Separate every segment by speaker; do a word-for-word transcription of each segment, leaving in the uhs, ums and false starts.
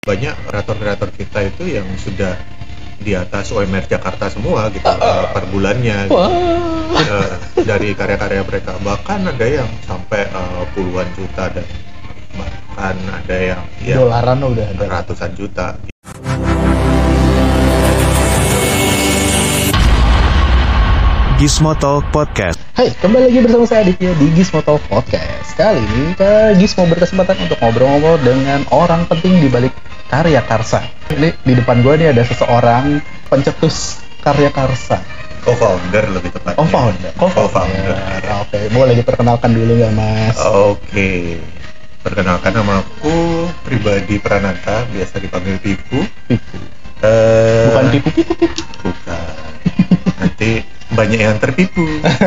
Speaker 1: banyak kreator-kreator kita itu yang sudah di atas U M R Jakarta semua gitu uh, per bulannya gitu. uh, dari karya-karya mereka, bahkan ada yang sampai uh, puluhan juta dan bahkan ada yang ya,
Speaker 2: dolaran udah ada
Speaker 1: ratusan juta.
Speaker 3: Gizmo Talk Podcast.
Speaker 2: Hai, kembali lagi bersama saya Aditya di Gizmo Talk Podcast. Kali ini ke Gizmo berkesempatan untuk ngobrol-ngobrol dengan orang penting di balik karya karsa. Ini di depan gue nih ada seseorang pencetus karya karsa.
Speaker 1: Co-founder lebih tepatnya.
Speaker 2: Oh, founder.
Speaker 1: Co-founder.
Speaker 2: Oke, boleh diperkenalkan dulu nggak, Mas?
Speaker 1: Oke. Perkenalkan, nama aku Pribadi Pranata, biasa dipanggil Pipu.
Speaker 2: Pipu.
Speaker 1: Uh,
Speaker 2: Bukan Pipu Pipu Pipu.
Speaker 1: Bukan. Nanti banyak yang tertipu.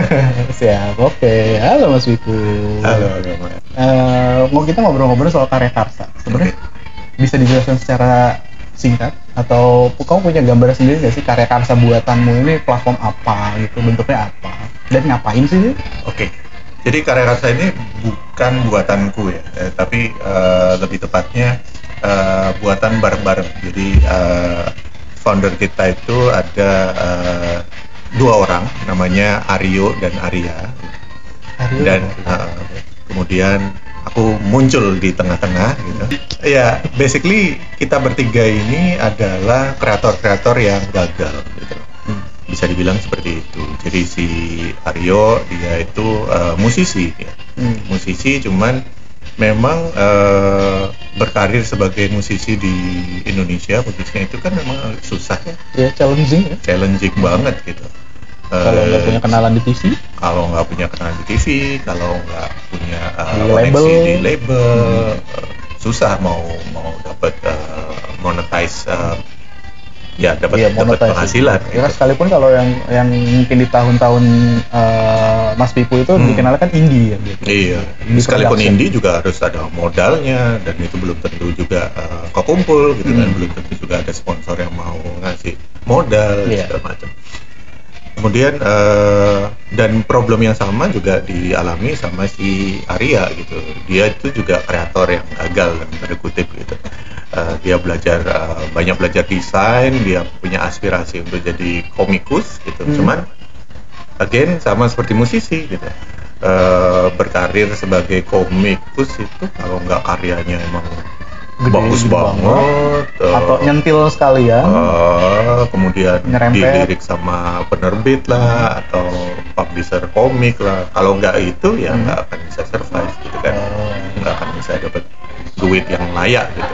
Speaker 2: Siap, oke. Okay. Halo Mas Pipu.
Speaker 1: Halo, halo Mas.
Speaker 2: Uh, mau kita ngobrol-ngobrol soal karya karsa. Sebenarnya okay. Bisa dijelaskan secara singkat atau kamu punya gambaran sendiri nggak sih karya karsa buatanmu ini platform apa gitu, bentuknya apa dan ngapain sih?
Speaker 1: Oke. Okay. Jadi karya karsa ini bukan buatanku ya, eh, tapi uh, lebih tepatnya uh, buatan bareng-bareng. Jadi uh, founder kita itu ada uh, dua orang, namanya Aryo dan Arya.
Speaker 2: Aryo
Speaker 1: dan uh, kemudian aku muncul di tengah-tengah gitu. Ya, basically kita bertiga ini adalah kreator-kreator yang gagal gitu. Hmm. Bisa dibilang seperti itu. Jadi si Aryo dia itu uh, musisi ya. Hmm. Musisi cuman memang uh, berkarir sebagai musisi di Indonesia, khususnya itu kan memang susah ya.
Speaker 2: Ya, challenging ya.
Speaker 1: Challenging hmm. banget gitu.
Speaker 2: Kalau nggak uh, punya kenalan di T V,
Speaker 1: kalau nggak punya kenalan di T V, kalau nggak punya uh,
Speaker 2: di
Speaker 1: koneksi
Speaker 2: label.
Speaker 1: di label,
Speaker 2: hmm.
Speaker 1: uh, susah mau mau dapat uh, monetize, uh, ya dapat
Speaker 2: iya,
Speaker 1: dapat penghasilan.
Speaker 2: Ya, gitu. Sekalipun kalau yang yang mungkin di tahun-tahun uh, Mas Pipu itu hmm. dikenal kan indie ya. Gitu.
Speaker 1: Iya. Indie sekalipun production. Indie juga harus ada modalnya dan itu belum tentu juga uh, kekumpul gitu hmm. kan, belum tentu juga ada sponsor yang mau ngasih modal yeah. segala macam. Kemudian uh, dan problem yang sama juga dialami sama si Arya gitu. Dia itu juga kreator yang gagal dan tanda kutip gitu. Uh, dia belajar uh, banyak belajar desain, dia punya aspirasi untuk jadi komikus gitu. Hmm. Cuman again sama seperti musisi gitu. Uh, berkarir sebagai komikus itu kalau nggak karyanya emang gede, bagus banget,
Speaker 2: uh, atau nyentil sekalian,
Speaker 1: uh, kemudian
Speaker 2: nyerempet,
Speaker 1: dilirik sama penerbit lah atau publisher komik lah. Kalau nggak itu ya nggak hmm. akan bisa survive gitu kan, nggak akan bisa dapat duit yang layak gitu.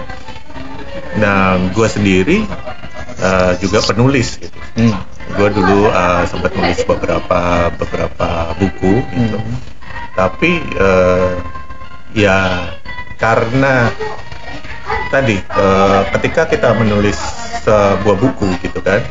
Speaker 1: Nah, gue sendiri uh, juga penulis gitu. Hmm. Gue dulu uh, sempat nulis beberapa beberapa buku gitu. Hmm. Tapi uh, ya karena tadi uh, ketika kita menulis sebuah buku gitu kan,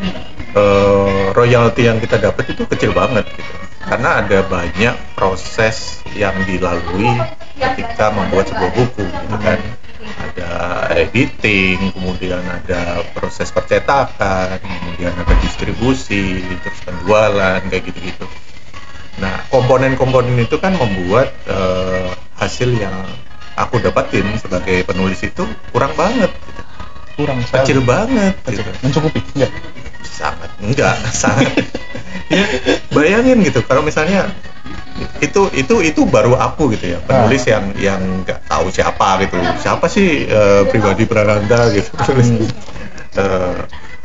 Speaker 1: uh, royalti yang kita dapat itu kecil banget gitu. Karena ada banyak proses yang dilalui ketika membuat sebuah buku gitu kan. Ada editing, kemudian ada proses percetakan, kemudian ada distribusi, terus penjualan, kayak gitu-gitu. Nah, komponen-komponen itu kan membuat uh, hasil yang aku dapatin sebagai penulis itu kurang banget gitu.
Speaker 2: Kurang sekali.
Speaker 1: Kecil banget
Speaker 2: Kecil.
Speaker 1: Gitu.
Speaker 2: Mencukupi? Enggak?
Speaker 1: Sangat enggak, sangat. Ya, bayangin gitu kalau misalnya itu itu itu baru aku gitu ya, penulis ah. yang yang nggak tahu siapa gitu. Siapa sih uh, Pribadi Pranata gitu. Hmm. uh,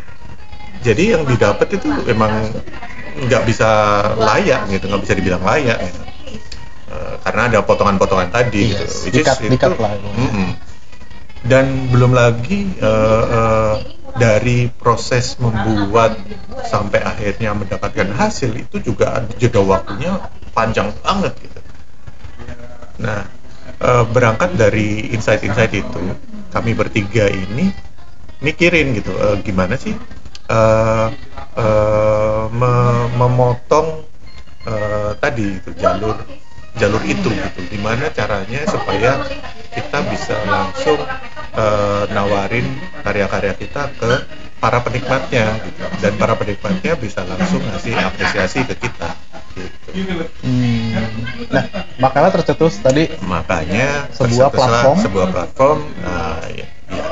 Speaker 1: jadi yang didapat itu emang nggak bisa layak gitu, nggak bisa dibilang layak gitu. Uh, karena ada potongan-potongan tadi
Speaker 2: yes,
Speaker 1: gitu,
Speaker 2: dikat,
Speaker 1: itu,
Speaker 2: dikat lah.
Speaker 1: Mm-mm. Dan belum lagi uh, uh, dari proses membuat sampai akhirnya mendapatkan hasil itu juga jeda waktunya panjang banget gitu. Nah, uh, berangkat dari insight-insight itu, kami bertiga ini mikirin gitu, uh, gimana sih uh, uh, me- memotong uh, tadi itu jalur jalur itu gitu, gimana caranya supaya kita bisa langsung uh, nawarin karya-karya kita ke para penikmatnya gitu, dan para penikmatnya bisa langsung ngasih apresiasi ke kita gitu.
Speaker 2: Hmm. Nah, makanya tercetus tadi
Speaker 1: makanya
Speaker 2: sebuah platform
Speaker 1: sebuah platform uh, ya, ya sekarang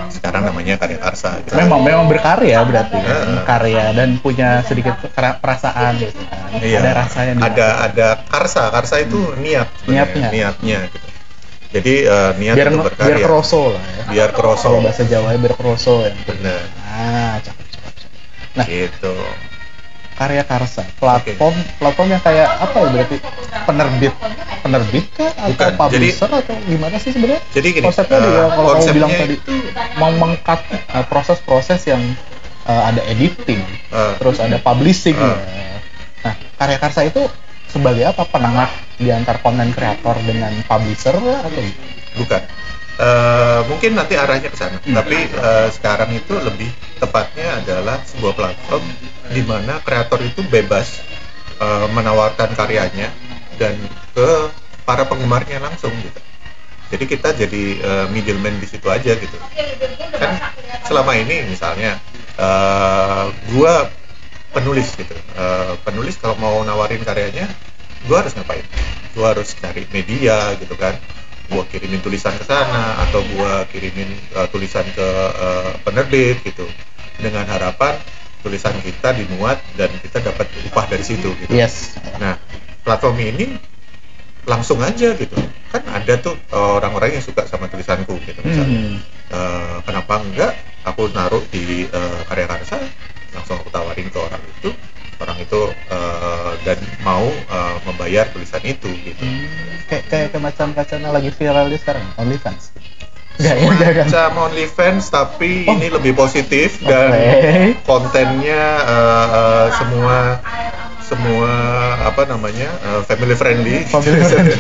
Speaker 1: namanya karya karsa gitu.
Speaker 2: Memang memang berkarya berarti kan?
Speaker 1: Uh,
Speaker 2: karya dan punya sedikit kera- perasaan gitu kan.
Speaker 1: Iya,
Speaker 2: Ada rasanya di
Speaker 1: ada ada karsa karsa itu hmm. niat
Speaker 2: niatnya
Speaker 1: niatnya gitu. Jadi uh, niat
Speaker 2: biar,
Speaker 1: untuk berkarya
Speaker 2: biar keroso lah ya.
Speaker 1: Biar keroso.
Speaker 2: Kalau bahasa Jawa biar keroso ya.
Speaker 1: Benar.
Speaker 2: Ah, cakep cakep. cakep. Nah,
Speaker 1: gitu.
Speaker 2: Karya karsa, platform okay. platform yang kayak apa ya berarti penerbit penerbit kah atau
Speaker 1: Bukan.
Speaker 2: publisher
Speaker 1: Jadi,
Speaker 2: atau gimana sih sebenarnya?
Speaker 1: Jadi gini,
Speaker 2: konsepnya
Speaker 1: uh,
Speaker 2: dia kalau kamu bilang tadi
Speaker 1: itu
Speaker 2: mengangkat uh, proses-proses yang uh, ada editing, uh, terus ada publishing. Uh, ya. Nah, karya karsa itu sebagai apa? Penengah di antar konten kreator dengan publisher atau
Speaker 1: bukan? Uh, mungkin nanti arahnya ke sana. Hmm. Tapi uh, sekarang itu lebih tepatnya adalah sebuah platform di mana kreator itu bebas uh, menawarkan karyanya dan ke para penggemarnya langsung gitu. Jadi kita jadi uh, middleman di situ aja gitu. Kan selama ini misalnya uh, gua penulis gitu. Uh, penulis kalau mau nawarin karyanya, gua harus ngapain? Gua harus cari media gitu kan. Gua kirimin tulisan ke sana atau gua kirimin uh, tulisan ke uh, penerbit gitu dengan harapan tulisan kita dimuat dan kita dapat upah dari situ gitu.
Speaker 2: Yes.
Speaker 1: Nah, platform ini langsung aja gitu. Kan ada tuh uh, orang-orang yang suka sama tulisanku gitu misalnya. Hmm. Uh, kenapa enggak aku naruh di uh, karya karsa, langsung aku tawarin ke orang itu. Orang itu uh, dan mau uh, membayar tulisan itu gitu.
Speaker 2: Hmm, kayak kayak ke macam-macam yang lagi viral di sekarang, OnlyFans.
Speaker 1: Enggak ya, macam OnlyFans tapi oh. ini lebih positif
Speaker 2: okay.
Speaker 1: dan kontennya uh, uh, semua semua apa namanya uh, family friendly.
Speaker 2: Family friendly.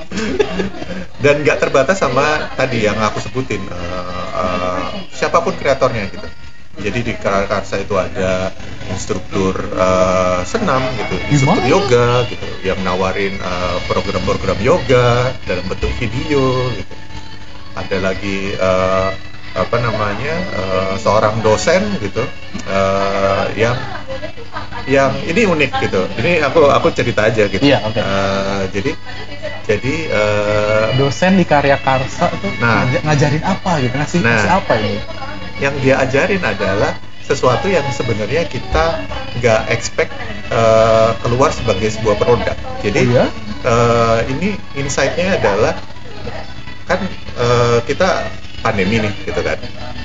Speaker 1: Dan nggak terbatas sama tadi yang aku sebutin uh, uh, siapapun kreatornya gitu. Jadi di karya karsa itu ada instruktur uh, senam gitu, instruktur yoga gitu, yang nawarin uh, program-program yoga dalam bentuk video gitu. Ada lagi uh, apa namanya uh, seorang dosen gitu uh, yang yang ini unik gitu. Ini aku aku cerita aja gitu.
Speaker 2: Iya, okay.
Speaker 1: uh, jadi jadi uh,
Speaker 2: dosen di karya karsa tuh
Speaker 1: nah,
Speaker 2: ngajarin apa gitu, ngasih
Speaker 1: nah,
Speaker 2: ngasih apa ini?
Speaker 1: Yang dia ajarin adalah sesuatu yang sebenarnya kita nggak expect uh, keluar sebagai sebuah produk. Jadi oh, ya? uh, ini insight-nya adalah kan uh, kita pandemi nih gitu kan.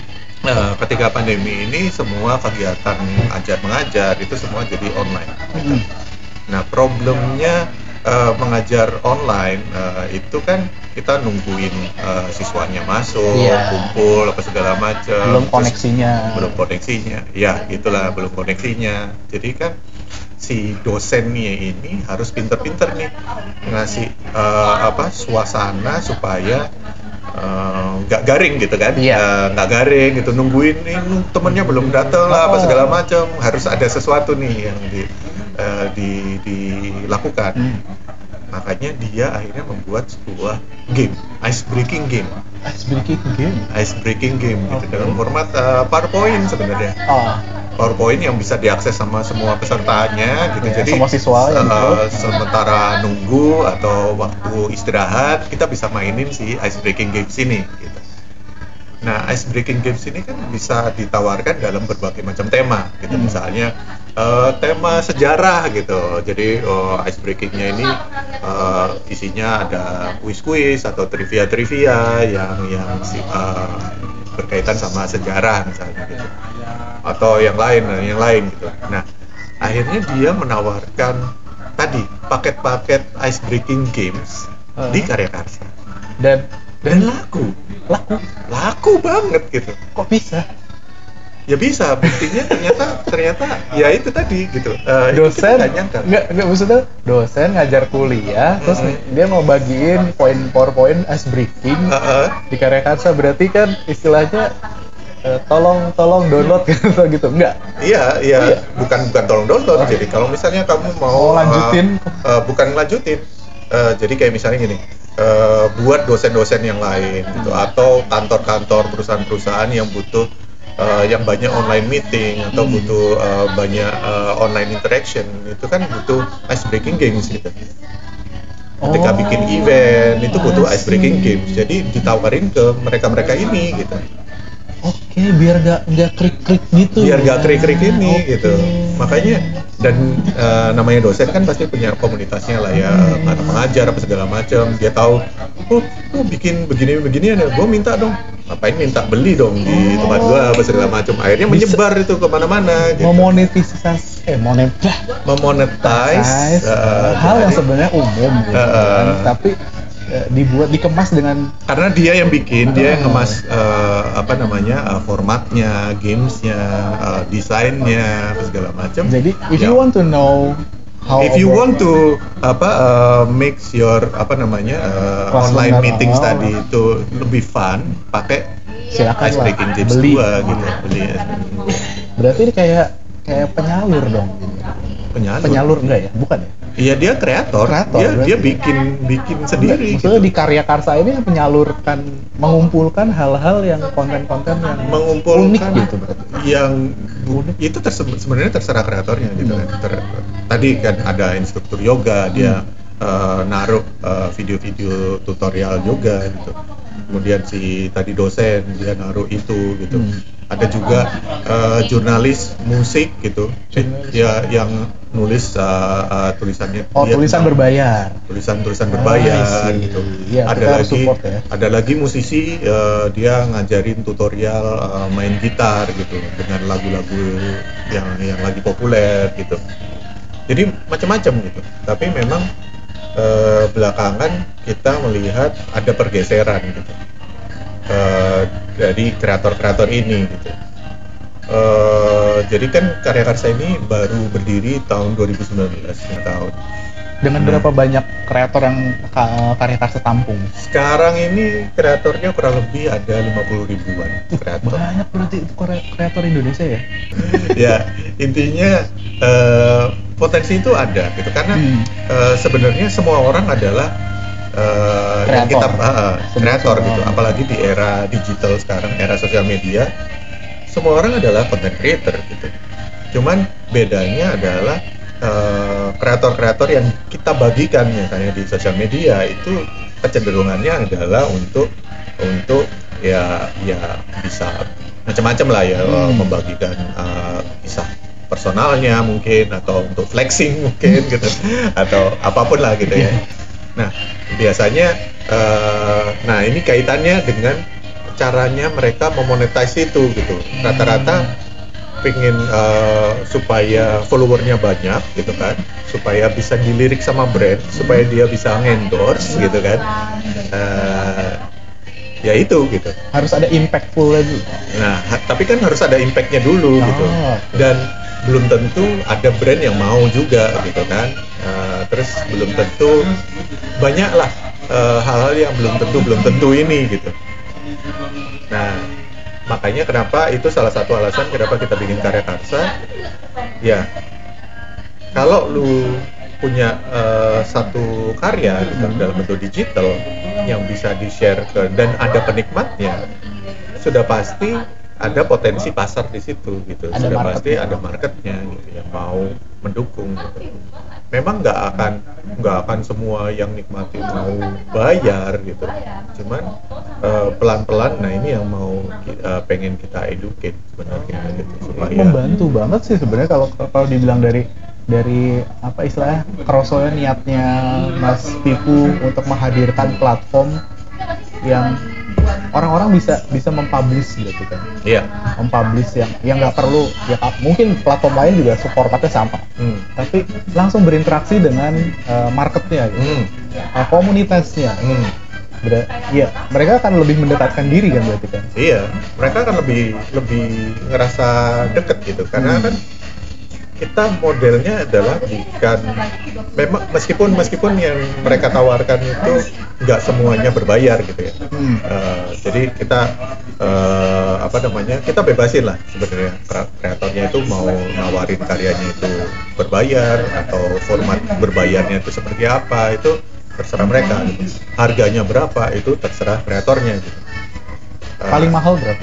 Speaker 1: Uh, ketika pandemi ini semua kegiatan ajar mengajar itu semua jadi online. Gitu. Mm. Nah problemnya uh, mengajar online uh, itu kan kita nungguin uh, siswanya masuk, yeah. kumpul apa segala macam.
Speaker 2: Belum koneksinya.
Speaker 1: Terus, belum koneksinya, ya gitulah belum koneksinya. Jadi kan si dosennya ini harus pinter-pinter nih ngasih uh, apa suasana supaya nggak uh, garing gitu kan,
Speaker 2: yeah.
Speaker 1: nggak uh, garing gitu nungguin ini temennya belum datang lah apa segala macam, harus ada sesuatu nih yang di, uh, di dilakukan. Hmm. Makanya dia akhirnya membuat sebuah game, ice breaking game.
Speaker 2: Ice breaking game.
Speaker 1: Ice breaking game gitu
Speaker 2: okay.
Speaker 1: dalam format uh, PowerPoint sebenarnya.
Speaker 2: Oh.
Speaker 1: PowerPoint yang bisa diakses sama semua pesertanya gitu.
Speaker 2: Ya,
Speaker 1: jadi
Speaker 2: semua siswa
Speaker 1: uh,
Speaker 2: yang
Speaker 1: sementara nunggu atau waktu istirahat kita bisa mainin si ice breaking games ini gitu. Nah, ice breaking games ini kan bisa ditawarkan dalam berbagai macam tema gitu. Hmm. Misalnya uh, tema sejarah gitu. Jadi uh, ice breakingnya ini uh, isinya ada kuis-kuis atau trivia-trivia yang yang uh, berkaitan sama sejarah misalnya gitu. Atau yang lain, yang lain gitu. Nah, akhirnya dia menawarkan tadi paket-paket ice breaking games uh. di karya karsa.
Speaker 2: Dan
Speaker 1: dan laku,
Speaker 2: laku,
Speaker 1: laku banget gitu.
Speaker 2: Kok bisa?
Speaker 1: Ya bisa, buktinya ternyata ternyata ya itu tadi gitu. Uh,
Speaker 2: dosen nggak nggak maksudnya dosen ngajar kuliah, uh-huh. terus dia mau bagiin poin PowerPoint ice breaking uh-huh. di karya karsa, berarti kan istilahnya uh, tolong tolong download gitu gitu enggak?
Speaker 1: Iya iya, iya. bukan bukan tolong download. Oh. Jadi kalau misalnya kamu mau
Speaker 2: oh, lanjutin,
Speaker 1: uh, uh, bukan lanjutin. Uh, jadi kayak misalnya gini. Uh, buat dosen-dosen yang lain gitu hmm. atau kantor-kantor perusahaan-perusahaan yang butuh uh, yang banyak online meeting atau hmm. butuh uh, banyak uh, online interaction, itu kan butuh ice breaking games gitu. Ketika oh. bikin event itu butuh ice breaking games, jadi ditawarin ke mereka-mereka ini gitu.
Speaker 2: Oke, biar gak nggak krik-krik gitu.
Speaker 1: Biar gak krik-krik ini
Speaker 2: Oke.
Speaker 1: gitu. Makanya dan uh, namanya dosen kan pasti punya komunitasnya lah ya, hmm. para pengajar apa segala macam. Dia tahu, oh, oh bikin begini-begini ya, gue minta dong. Ngapain minta beli dong di tempat gue apa segala macam. Akhirnya menyebar Bisa. itu kemana-mana. Gitu.
Speaker 2: Memonetisasi, eh monet,
Speaker 1: memonetize uh,
Speaker 2: hal yang sebenarnya umum, gitu, uh, kan? Tapi dibuat dikemas dengan
Speaker 1: karena dia yang bikin dia yang ngemas uh, apa namanya uh, formatnya, gamesnya, uh, desainnya segala macam.
Speaker 2: Jadi if ya. you want to know how
Speaker 1: if you want to apa uh, makes your apa namanya uh, online meetings oh. tadi itu lebih fun, pakai
Speaker 2: silakan
Speaker 1: ice breaking tips
Speaker 2: beli.
Speaker 1: dua gitu beli.
Speaker 2: Berarti ini kayak kayak penyalur dong.
Speaker 1: Penyalur.
Speaker 2: Penyalur enggak ya? Bukan ya?
Speaker 1: Iya, dia kreator.
Speaker 2: kreator
Speaker 1: dia
Speaker 2: berarti.
Speaker 1: dia bikin bikin sendiri.
Speaker 2: Maksudnya gitu. Di Karya Karsa ini menyalurkan, mengumpulkan hal-hal yang konten-konten yang
Speaker 1: mengumpulkan
Speaker 2: unik gitu berarti.
Speaker 1: Yang unik itu terse- sebenarnya terserah kreatornya gitu kan. Ter- tadi kan ada instruktur yoga, dia hmm. uh, naruh uh, video-video tutorial yoga gitu. Kemudian si tadi dosen dia naruh itu gitu. Hmm. Ada juga uh, jurnalis musik gitu, jurnalis. ya yang nulis uh, uh, tulisannya.
Speaker 2: Oh, tulisan tentang, berbayar.
Speaker 1: Tulisan-tulisan berbayar oh, gitu.
Speaker 2: Ya,
Speaker 1: ada lagi,
Speaker 2: support, ya.
Speaker 1: ada lagi musisi uh, dia ngajarin tutorial uh, main gitar gitu dengan lagu-lagu yang yang lagi populer gitu. Jadi macam-macam gitu. Tapi memang uh, belakangan kita melihat ada pergeseran gitu. Uh, dari kreator-kreator ini gitu. Uh, jadi kan Karya Karsa ini baru berdiri tahun dua ribu sembilan belas, lima tahun.
Speaker 2: Dengan nah, berapa banyak kreator yang Karya Karsa tampung?
Speaker 1: Sekarang ini kreatornya kurang lebih ada lima puluh ribuan kreator.
Speaker 2: Banyak berarti itu kreator Indonesia ya?
Speaker 1: Ya, intinya uh, potensi itu ada gitu karena hmm. uh, sebenarnya semua orang adalah Uh, yang kita uh, kreator gitu, apalagi di era digital sekarang, era sosial media, semua orang adalah content creator gitu. Cuman bedanya adalah uh, kreator-kreator yang kita bagikan ya kayak di sosial media itu kecenderungannya adalah untuk untuk ya ya bisa macam-macam lah ya hmm. membagikan uh, kisah personalnya mungkin atau untuk flexing mungkin gitu atau apapun lah gitu ya. Nah, biasanya, uh, nah ini kaitannya dengan caranya mereka memonetize itu gitu. Rata-rata pengen uh, supaya followernya banyak gitu kan, supaya bisa dilirik sama brand, supaya dia bisa endorse gitu kan. Uh, ya itu gitu.
Speaker 2: Harus ada impactful lagi.
Speaker 1: Nah, ha- tapi kan harus ada impactnya dulu gitu.
Speaker 2: Oh, okay.
Speaker 1: Dan belum tentu ada brand yang mau juga gitu kan. Uh, terus belum tentu banyaklah uh, hal-hal yang belum tentu belum tentu ini gitu. Nah, makanya kenapa itu salah satu alasan kenapa kita bikin Karya Karsa. Ya, kalau lu punya uh, satu karya gitu, dalam bentuk digital yang bisa di-share ke dan ada penikmatnya, sudah pasti ada potensi pasar di situ gitu. Ada sudah pasti ada marketnya gitu yang mau mendukung gitu. Memang nggak akan nggak akan semua yang nikmati mau bayar gitu. Cuman uh, pelan-pelan, nah ini yang mau uh, pengen kita educate sebenarnya gitu supaya
Speaker 2: membantu banget sih sebenarnya kalau kalau dibilang dari dari apa istilahnya kerosokan niatnya Mas Pipu untuk menghadirkan platform yang orang-orang bisa bisa mempublish gitu kan.
Speaker 1: Iya.
Speaker 2: Mempublish yang yang nggak perlu ya mungkin platform lain juga formatnya sama. Hmm. Tapi langsung berinteraksi dengan uh, marketnya gitu. Hmm. Uh, komunitasnya. Hmm. Ber- ya, mereka akan lebih mendekatkan diri kan berarti kan.
Speaker 1: Iya, mereka akan lebih lebih ngerasa deket gitu karena hmm. kan kita modelnya adalah bukan memang meskipun meskipun yang mereka tawarkan itu nggak semuanya berbayar gitu ya. Hmm. Uh, jadi kita uh, apa namanya kita bebasin lah sebenarnya kreatornya itu mau nawarin karyanya itu berbayar atau format berbayarnya itu seperti apa itu terserah mereka. Gitu. Harganya berapa itu terserah kreatornya. Gitu.
Speaker 2: Uh, Paling mahal berapa?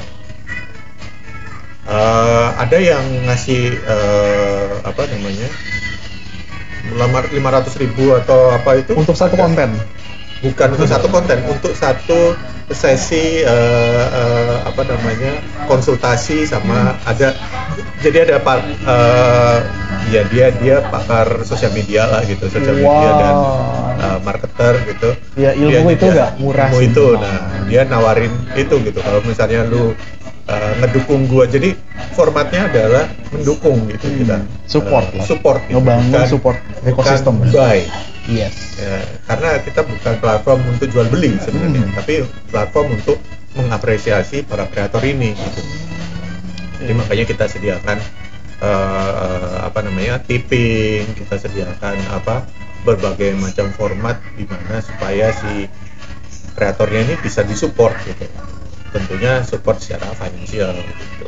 Speaker 1: Uh, ada yang ngasih uh, apa namanya lima ratus ribu atau apa itu
Speaker 2: untuk satu
Speaker 1: ada.
Speaker 2: Konten
Speaker 1: Bukan untuk satu konten, untuk satu sesi uh, uh, apa namanya konsultasi sama ada jadi ada pak uh, ya dia dia pakar sosial media lah gitu, sosial
Speaker 2: wow.
Speaker 1: media dan uh, marketer gitu.
Speaker 2: Ya ilmu
Speaker 1: dia
Speaker 2: itu nggak murah
Speaker 1: ilmu
Speaker 2: sih.
Speaker 1: itu, nah dia nawarin itu gitu. Kalau misalnya lu uh, ngedukung gua, jadi formatnya adalah mendukung gitu
Speaker 2: hmm.
Speaker 1: kita.
Speaker 2: Support
Speaker 1: uh,
Speaker 2: lah.
Speaker 1: Support. Gitu.
Speaker 2: Ngebangun
Speaker 1: Bukan,
Speaker 2: support ekosistem.
Speaker 1: bukan buy.
Speaker 2: Yes.
Speaker 1: Ya, karena kita bukan platform untuk jual beli sebenarnya, hmm. tapi platform untuk mengapresiasi para kreator ini gitu. Jadi hmm. makanya kita sediakan uh, apa namanya tipping, kita sediakan apa berbagai macam format di mana supaya si kreatornya ini bisa disupport gitu. Tentunya support secara finansial gitu.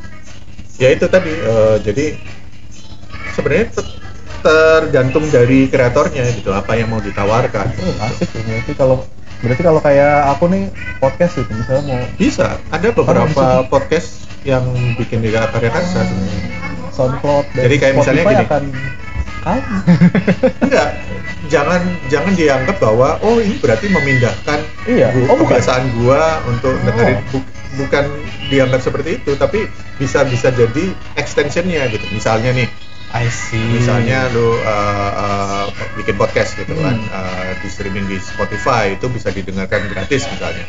Speaker 1: Ya itu tadi uh, jadi sebenarnya te- tergantung dari kreatornya gitu, apa yang mau ditawarkan.
Speaker 2: Oh, asik ya. Berarti kalau berarti kalau kayak aku nih podcast gitu, misalnya mau
Speaker 1: bisa, ada beberapa podcast yang bikin di Karya Karsa.
Speaker 2: SoundCloud dan
Speaker 1: jadi kayak misalnya
Speaker 2: Spotify
Speaker 1: gini.
Speaker 2: Akan kan?
Speaker 1: Enggak, jangan jangan dianggap bahwa oh ini berarti memindahkan
Speaker 2: iya.
Speaker 1: gua,
Speaker 2: oh,
Speaker 1: kebiasaan gua untuk
Speaker 2: oh.
Speaker 1: dengerin bu, bukan dianggap seperti itu, tapi bisa bisa jadi extensionnya gitu. Misalnya nih,
Speaker 2: I see.
Speaker 1: Misalnya lu uh, uh, bikin podcast gitu
Speaker 2: hmm.
Speaker 1: kan, uh, di streaming di Spotify itu bisa didengarkan gratis misalnya.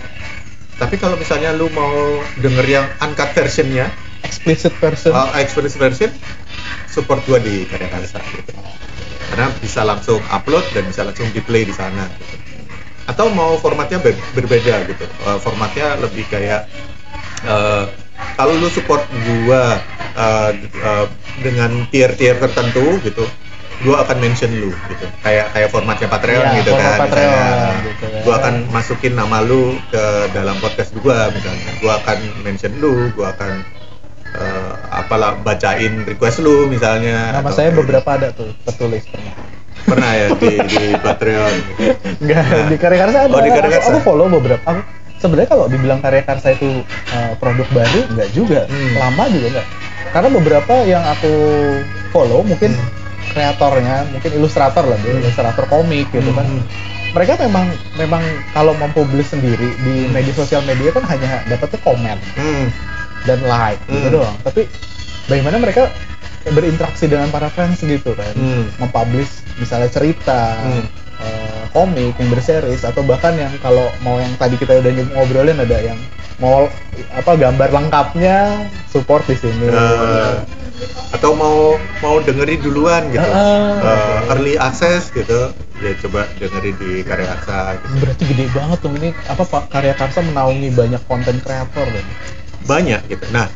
Speaker 1: Tapi kalau misalnya lu mau denger yang uncut versionnya,
Speaker 2: explicit version,
Speaker 1: uh, explicit version, support gua di Karya Karsa gitu. Karena bisa langsung upload dan bisa langsung di play di sana gitu. Atau mau formatnya ber- berbeda gitu, uh, formatnya lebih kayak uh, kalau lu support gua uh, uh, dengan tier-tier tertentu gitu, gua akan mention lu gitu. Kayak kayak formatnya Patreon
Speaker 2: ya,
Speaker 1: gitu kan.
Speaker 2: Patreon,
Speaker 1: misalnya,
Speaker 2: gitu kan.
Speaker 1: Gua akan masukin nama lu ke dalam podcast gua misalnya. Gua akan mention lu, gua akan uh, apalah bacain request lu misalnya.
Speaker 2: Nama saya beberapa ada tuh tertulis pernah.
Speaker 1: Pernah ya di di Patreon. Gitu.
Speaker 2: Enggak, nah. di Karya Karsa ada.
Speaker 1: Oh, di Karya Karsa.
Speaker 2: Aku, aku follow beberapa. Aku sebenarnya kalau dibilang Karya Karsa itu uh, produk baru, enggak juga. Hmm. Lama juga enggak. Karena beberapa yang aku follow mungkin hmm. kreatornya, mungkin ilustrator lah, hmm. ilustrator komik gitu hmm. kan. Mereka memang memang kalau mempublish sendiri di media sosial media kan hanya dapatnya komen hmm. dan like hmm. gitu doang. Tapi bagaimana mereka berinteraksi dengan para fans gitu kan, hmm. mempublish misalnya cerita, hmm. uh, komik yang berseries, atau bahkan yang kalau mau yang tadi kita udah ngobrolin ada yang mau apa gambar lengkapnya support di sini.
Speaker 1: Uh, atau mau mau dengerin duluan gitu, uh, uh, early access gitu, ya coba dengerin di Karya Karsa. Gitu.
Speaker 2: Berarti gede banget tuh ini apa Pak Karya Karsa menaungi banyak konten kreator dan
Speaker 1: banyak gitu. Nah.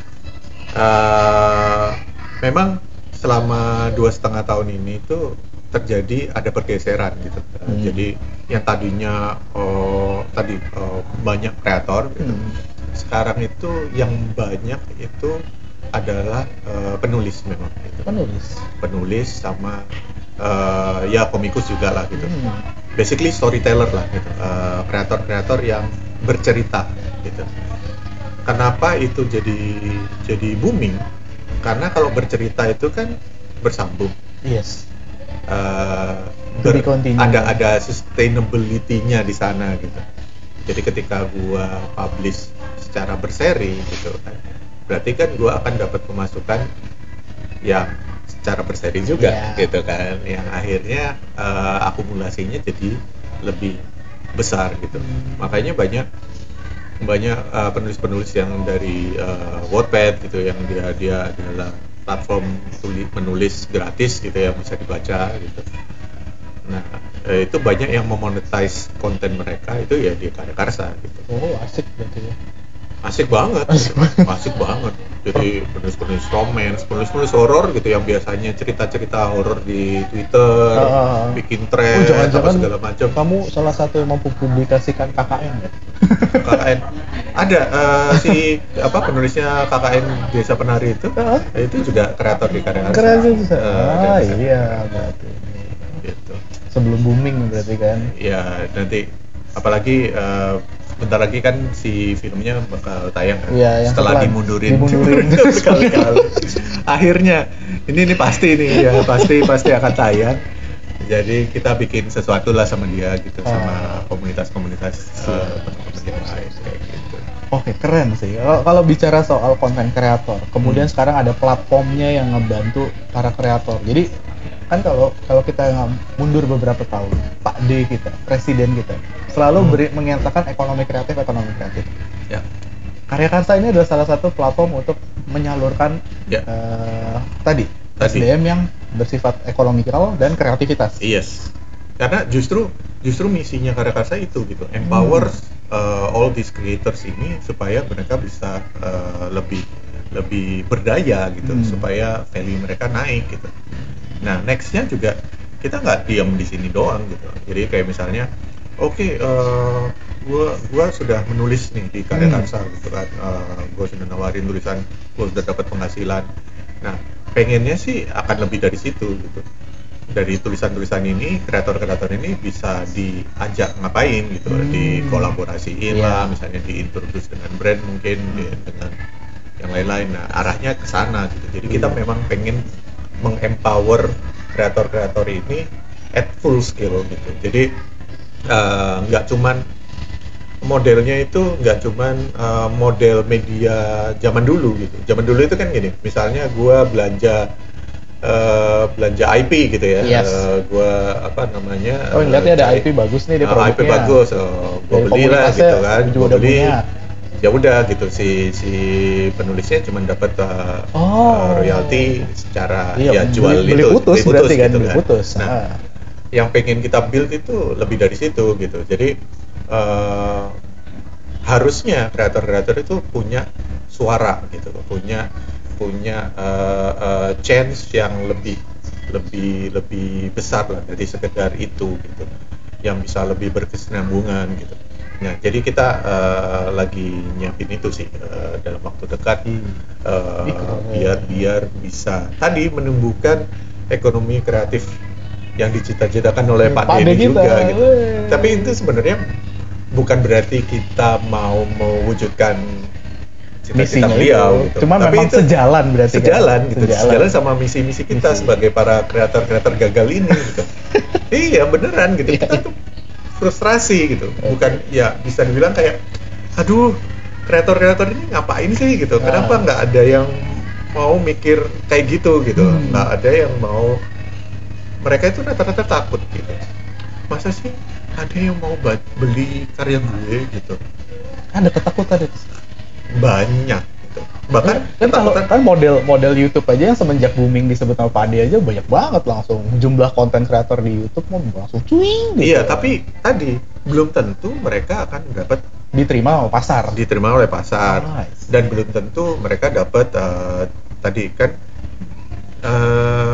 Speaker 1: Uh, Memang selama dua setengah tahun ini tuh terjadi ada pergeseran gitu. Hmm. Jadi yang tadinya oh, tadi oh, banyak kreator, gitu. Hmm. Sekarang itu yang banyak itu adalah uh, penulis memang. Gitu.
Speaker 2: Penulis.
Speaker 1: Penulis sama uh, ya komikus juga lah gitu.
Speaker 2: Hmm.
Speaker 1: Basically storyteller lah gitu. Uh, kreator-kreator yang bercerita gitu. Kenapa itu jadi jadi booming? Karena kalau bercerita itu kan bersambung.
Speaker 2: Yes.
Speaker 1: Uh, ber, ada ada sustainability-nya di sana gitu. Jadi ketika gua publish secara berseri gitu kan, berarti kan gua akan dapat pemasukan yang secara berseri juga yeah. gitu kan, yang akhirnya uh, akumulasinya jadi lebih besar gitu. Hmm. Makanya banyak banyak uh, penulis-penulis yang dari uh, Wattpad gitu, yang dia dia adalah platform tulis, menulis gratis gitu yang bisa dibaca gitu. Nah eh, itu banyak yang memonetize konten mereka itu ya di Karya Karsa gitu.
Speaker 2: Oh asik berarti ya.
Speaker 1: Asik banget, asik, gitu. Asik banget. Jadi penulis-penulis romance, penulis-penulis horor gitu yang biasanya cerita-cerita horor di Twitter, uh, bikin thread,
Speaker 2: oh,
Speaker 1: apa segala macam.
Speaker 2: Kamu salah satu yang mempublikasikan K K N ya?
Speaker 1: K K N ada uh, si apa penulisnya K K N Desa Penari itu, uh-huh. itu juga kreator di Karya Karsa.
Speaker 2: Keren sih. Uh, ah iya berarti.
Speaker 1: Gitu.
Speaker 2: Sebelum booming berarti kan?
Speaker 1: Ya nanti apalagi uh, bentar lagi kan si filmnya bakal tayang kan?
Speaker 2: Ya,
Speaker 1: setelah dimundurin,
Speaker 2: dimundurin.
Speaker 1: berkali-kali. Akhirnya ini ini pasti nih ya pasti pasti akan tayang. Jadi kita bikin sesuatu lah sama dia gitu,
Speaker 2: Oh.
Speaker 1: sama komunitas-komunitas uh, teman-teman yang lain kayak gitu.
Speaker 2: Oke, keren sih. Kalau kalau bicara soal konten kreator, kemudian
Speaker 1: Hmm.
Speaker 2: sekarang ada platformnya yang ngebantu para kreator. Jadi kan kalau kalau kita ng- mundur beberapa tahun, Pak D kita, presiden kita, selalu
Speaker 1: Hmm.
Speaker 2: beri, menyatakan ekonomi kreatif, ekonomi kreatif.
Speaker 1: Ya,
Speaker 2: Karya Karsa ini adalah salah satu platform untuk menyalurkan
Speaker 1: ya,
Speaker 2: eh, tadi,
Speaker 1: Tadi.
Speaker 2: S D M yang bersifat ekonomikal dan kreativitas.
Speaker 1: yes. Karena justru justru misinya Karya Karsa itu gitu, empower uh, all these creators ini supaya mereka bisa uh, lebih lebih berdaya gitu,
Speaker 2: Hmm.
Speaker 1: supaya value mereka naik gitu. Nah, nextnya juga kita nggak diam di sini doang gitu. Jadi kayak misalnya, oke, okay, uh, gua gua sudah menulis nih di Karya
Speaker 2: Hmm.
Speaker 1: Karsa gitu kan, uh, gua sudah nawarin tulisan, gua sudah dapat penghasilan. Nah, pengennya sih akan lebih dari situ gitu. Dari tulisan-tulisan ini, kreator-kreator ini bisa diajak ngapain gitu,
Speaker 2: Hmm.
Speaker 1: dikolaborasiin
Speaker 2: Iya.
Speaker 1: lah, misalnya diintroduce dengan brand mungkin, di- dengan yang lain-lain. Nah, arahnya ke sana gitu. Jadi kita
Speaker 2: Iya.
Speaker 1: memang pengen mengempower kreator-kreator ini at full skill gitu. Jadi eh, nggak cuman modelnya itu nggak cuman eh, model media zaman dulu gitu. Zaman dulu itu kan gini, misalnya gua belanja eh, belanja I P gitu ya.
Speaker 2: Yes.
Speaker 1: Eh, gua apa namanya?
Speaker 2: Oh,
Speaker 1: eh,
Speaker 2: lihatnya ada
Speaker 1: cari-
Speaker 2: I P bagus nih di
Speaker 1: Ah, I P
Speaker 2: produknya.
Speaker 1: bagus, oh, gua
Speaker 2: Dari
Speaker 1: beli lah
Speaker 2: komunitasnya
Speaker 1: gitu kan.
Speaker 2: juga
Speaker 1: Gua
Speaker 2: udah
Speaker 1: beli.
Speaker 2: punya.
Speaker 1: Ya udah gitu, si si penulisnya cuma dapat uh,
Speaker 2: Oh.
Speaker 1: uh, royalti secara
Speaker 2: Iya,
Speaker 1: ya jual
Speaker 2: beli, beli
Speaker 1: itu,
Speaker 2: putus
Speaker 1: beli
Speaker 2: berarti kan,
Speaker 1: gitu
Speaker 2: beli putus.
Speaker 1: Nah,
Speaker 2: Ah.
Speaker 1: yang pengen kita build itu lebih dari situ gitu. Jadi uh, harusnya kreator-kreator itu punya suara gitu, punya punya uh, uh, chance yang lebih lebih lebih besar lah dari sekedar itu gitu, yang bisa lebih berkesinambungan gitu. Nah, jadi kita uh, lagi nyiapin itu sih uh, dalam waktu dekat
Speaker 2: Hmm.
Speaker 1: uh,
Speaker 2: Ih, keren.
Speaker 1: biar biar bisa tadi menumbuhkan ekonomi kreatif yang dicita-citakan oleh
Speaker 2: Hmm,
Speaker 1: Pak
Speaker 2: Pak
Speaker 1: Denny
Speaker 2: D kita.
Speaker 1: juga gitu.
Speaker 2: Wey.
Speaker 1: Tapi itu sebenarnya bukan berarti kita mau mewujudkan cita-cita
Speaker 2: Misinya
Speaker 1: beliau
Speaker 2: itu.
Speaker 1: gitu.
Speaker 2: Cuma
Speaker 1: Tapi
Speaker 2: memang
Speaker 1: itu
Speaker 2: sejalan berarti kan?
Speaker 1: sejalan gitu,
Speaker 2: Sejalan.
Speaker 1: sejalan sama misi-misi kita
Speaker 2: Misi.
Speaker 1: sebagai para kreator-kreator gagal ini gitu. Iya beneran gitu,
Speaker 2: Iya,
Speaker 1: kita
Speaker 2: iya.
Speaker 1: tuh frustrasi gitu, bukan ya bisa dibilang kayak, aduh kreator-kreator ini ngapain sih gitu, kenapa
Speaker 2: Ah.
Speaker 1: nggak ada yang mau mikir kayak gitu gitu,
Speaker 2: Hmm.
Speaker 1: nggak ada yang mau, mereka itu rata-rata takut gitu, masa sih ada yang mau ba- beli karya gue gitu,
Speaker 2: Ada ketakutan itu.
Speaker 1: banyak gitu, bahkan
Speaker 2: kan kalau
Speaker 1: ketakutan.
Speaker 2: kan model model YouTube aja yang semenjak booming disebut nama Pak D aja banyak banget langsung jumlah konten kreator di YouTube mau langsung cuing gitu.
Speaker 1: Iya, tapi tadi belum tentu mereka akan dapat
Speaker 2: diterima sama pasar.
Speaker 1: diterima oleh pasar,
Speaker 2: Nice.
Speaker 1: dan belum tentu mereka dapat eh, tadi kan eh,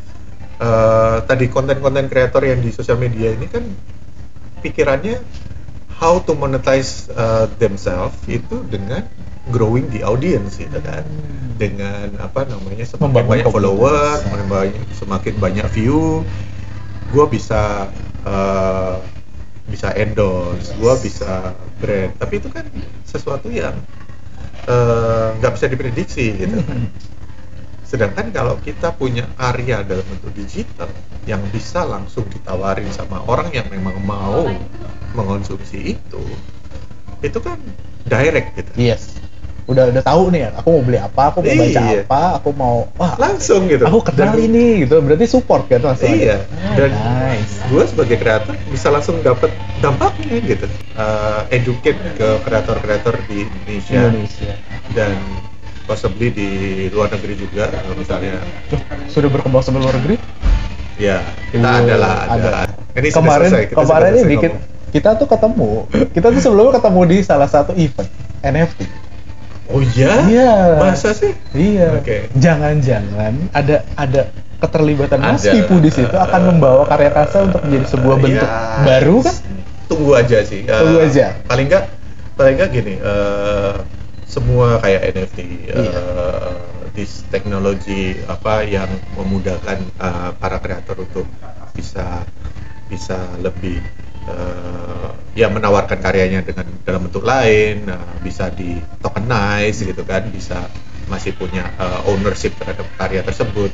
Speaker 1: eh, tadi konten-konten kreator yang di sosial media ini kan pikirannya how to monetize uh, themselves itu dengan growing the audience gitu kan,
Speaker 2: Hmm.
Speaker 1: dengan apa namanya semakin
Speaker 2: Membangun
Speaker 1: banyak follower,
Speaker 2: komunitas.
Speaker 1: semakin banyak, semakin banyak view, gue bisa uh, bisa endorse, gue bisa brand, tapi itu kan sesuatu yang uh, nggak bisa diprediksi gitu kan.
Speaker 2: Hmm.
Speaker 1: Sedangkan kalau kita punya karya dalam bentuk digital yang bisa langsung ditawarin sama orang yang memang mau mengonsumsi itu, itu kan direct gitu.
Speaker 2: Yes. Udah udah tahu nih, aku mau beli apa, aku mau baca
Speaker 1: Iya.
Speaker 2: apa, aku mau wah
Speaker 1: Langsung gitu.
Speaker 2: aku kenal
Speaker 1: Dan-
Speaker 2: ini gitu. Berarti support kan langsung.
Speaker 1: Iya.
Speaker 2: Ah,
Speaker 1: Dan
Speaker 2: nice.
Speaker 1: gue sebagai kreator bisa langsung dapat dampaknya gitu. Uh, educate ke kreator-kreator di Indonesia,
Speaker 2: Indonesia.
Speaker 1: dan possibly di luar negeri juga, kalau misalnya
Speaker 2: Tuh, sudah berkembang sampai luar negeri?
Speaker 1: ya kita
Speaker 2: Iya,
Speaker 1: adalah ada. Ini sudah
Speaker 2: kemarin
Speaker 1: selesai, kita
Speaker 2: kemarin
Speaker 1: sudah
Speaker 2: ini
Speaker 1: selesai
Speaker 2: dikit
Speaker 1: ngomong.
Speaker 2: kita tuh ketemu kita tuh sebelumnya ketemu di salah satu event N F T.
Speaker 1: Oh iya?
Speaker 2: Iya.
Speaker 1: Masa sih?
Speaker 2: Iya.
Speaker 1: Oke.
Speaker 2: Jangan-jangan ada ada keterlibatan Mas
Speaker 1: Ada.
Speaker 2: Pipu di situ akan membawa karya karsa untuk menjadi sebuah bentuk
Speaker 1: Ya,
Speaker 2: baru kan?
Speaker 1: Tunggu aja sih. Eh,
Speaker 2: Tunggu aja.
Speaker 1: Paling nggak, paling nggak gini. eh, semua kayak N F T,
Speaker 2: Iya.
Speaker 1: eh, this teknologi apa yang memudahkan eh, para kreator untuk bisa bisa lebih eh, ya menawarkan karyanya dengan dalam bentuk lain, eh, bisa di tokenize gitu kan, bisa masih punya eh, ownership terhadap karya tersebut.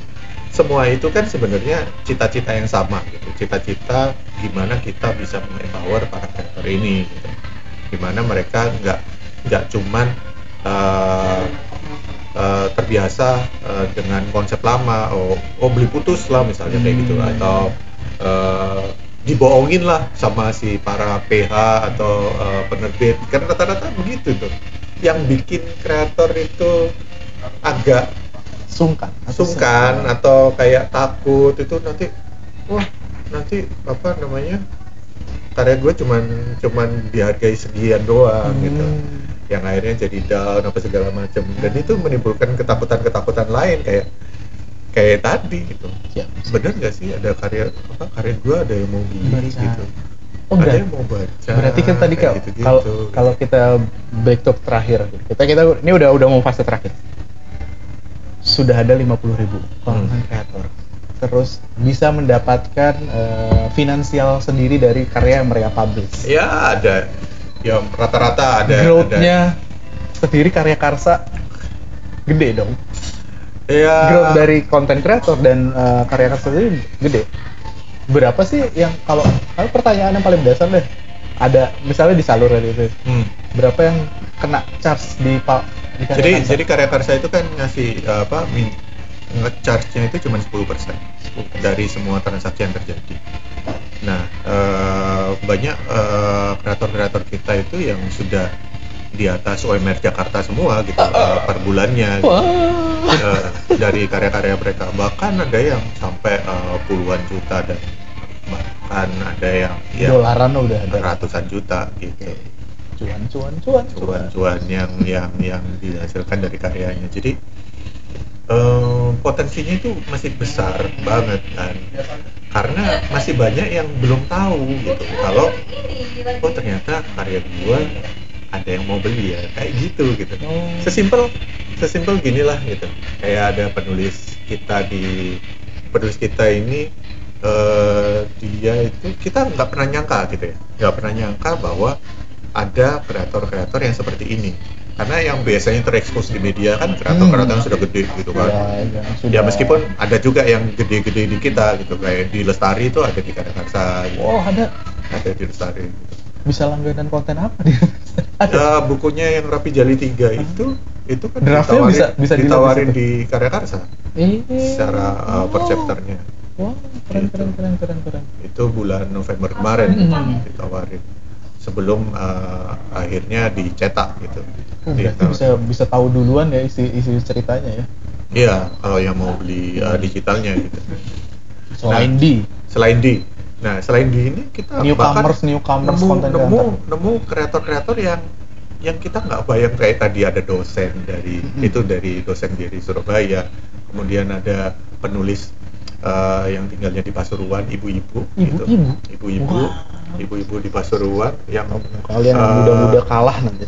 Speaker 1: semua itu kan sebenarnya cita-cita yang sama gitu, cita-cita gimana kita bisa empower para kreator ini gitu. Gimana mereka nggak nggak cuman uh, uh, terbiasa uh, dengan konsep lama, oh, oh beli putus lah misalnya kayak gitu, atau uh, dibohongin lah sama si para P H atau uh, penerbit, kan rata-rata begitu tuh yang bikin kreator itu agak
Speaker 2: sungkan
Speaker 1: sungkan atau kayak takut itu nanti wah nanti apa namanya karya gue cuman cuman dihargai sekian doang hmm. gitu, yang akhirnya jadi down apa segala macam, dan itu menimbulkan ketakutan-ketakutan lain kayak kayak tadi gitu. Ya, bener nggak sih ada karya apa karya gue ada yang mau beli gitu,
Speaker 2: oh,
Speaker 1: ada
Speaker 2: berarti,
Speaker 1: yang mau baca,
Speaker 2: berarti kan tadi kalau
Speaker 1: gitu-gitu.
Speaker 2: kalau kalau kita back to terakhir kita kita ini udah udah mau fase terakhir, sudah ada lima puluh ribu konten kreator, terus bisa mendapatkan uh, finansial sendiri dari karya yang mereka publish.
Speaker 1: Ya ada, ya rata-rata ada.
Speaker 2: Growth-nya sendiri karya karsa gede dong.
Speaker 1: Ya.
Speaker 2: Growth dari konten kreator dan uh, karya karsa sendiri gede. Berapa sih yang kalau kalau pertanyaan yang paling dasar deh, ada misalnya di saluran itu, hmm. berapa yang kena charge di pak?
Speaker 1: Jadi karsa. jadi karya karsa itu kan ngasih uh, apa min, nge-charge-nya itu cuma sepuluh persen dari semua transaksi yang terjadi. Nah, uh, banyak uh, kreator-kreator kita itu yang sudah di atas U M R Jakarta semua gitu uh, per bulannya gitu. Uh, dari karya-karya mereka, bahkan ada yang sampai uh, puluhan juta dan bahkan ada yang ya,
Speaker 2: dolaran udah ada
Speaker 1: ratusan juta gitu.
Speaker 2: Cuan cuan cuan
Speaker 1: cuan cuan yang yang yang dihasilkan dari karyanya. Jadi um, potensinya itu masih besar banget kan, karena masih banyak yang belum tahu gitu kalau oh ternyata karya gua ada yang mau beli ya kayak gitu gitu. Sesimpel sesimpel ginilah gitu. Kayak ada penulis kita di penulis kita ini uh, dia itu kita nggak pernah nyangka gitu ya, nggak pernah nyangka bahwa ada kreator-kreator yang seperti ini, karena yang biasanya terekspos di media kan kreator-kreator yang sudah gede gitu kan ya, ya, ya meskipun ada juga yang gede-gede di kita gitu, kayak di Lestari itu ada di Karya Karsa gitu.
Speaker 2: Oh ada
Speaker 1: ada di Lestari gitu.
Speaker 2: Bisa langganan konten apa dia?
Speaker 1: Ada. Uh, bukunya yang Rapi Jali tiga itu itu kan
Speaker 2: draftnya
Speaker 1: ditawarin,
Speaker 2: bisa, bisa
Speaker 1: ditawarin di Karya Karsa
Speaker 2: eh,
Speaker 1: secara uh, per chapternya.
Speaker 2: Wah, keren,
Speaker 1: gitu.
Speaker 2: keren keren keren keren
Speaker 1: itu bulan November kemarin hmm. ditawarin sebelum uh, akhirnya dicetak gitu.
Speaker 2: Oh, berarti bisa bisa tahu duluan ya isi isi ceritanya ya.
Speaker 1: Iya, kalau yang mau beli uh, digitalnya gitu.
Speaker 2: Selain
Speaker 1: nah,
Speaker 2: di
Speaker 1: selain di Nah, selain di ini kita
Speaker 2: newcomers newcomers
Speaker 1: nemu nemu, nemu kreator-kreator yang yang kita nggak bayang, kayak tadi ada dosen dari hmm. itu dari dosen dari Surabaya, kemudian ada penulis uh, yang tinggalnya di Pasuruan, ibu-ibu, gitu.
Speaker 2: Ibu-ibu,
Speaker 1: ibu-ibu, wow. ibu-ibu di Pasuruan yang
Speaker 2: kalian uh, muda-muda kalah nanti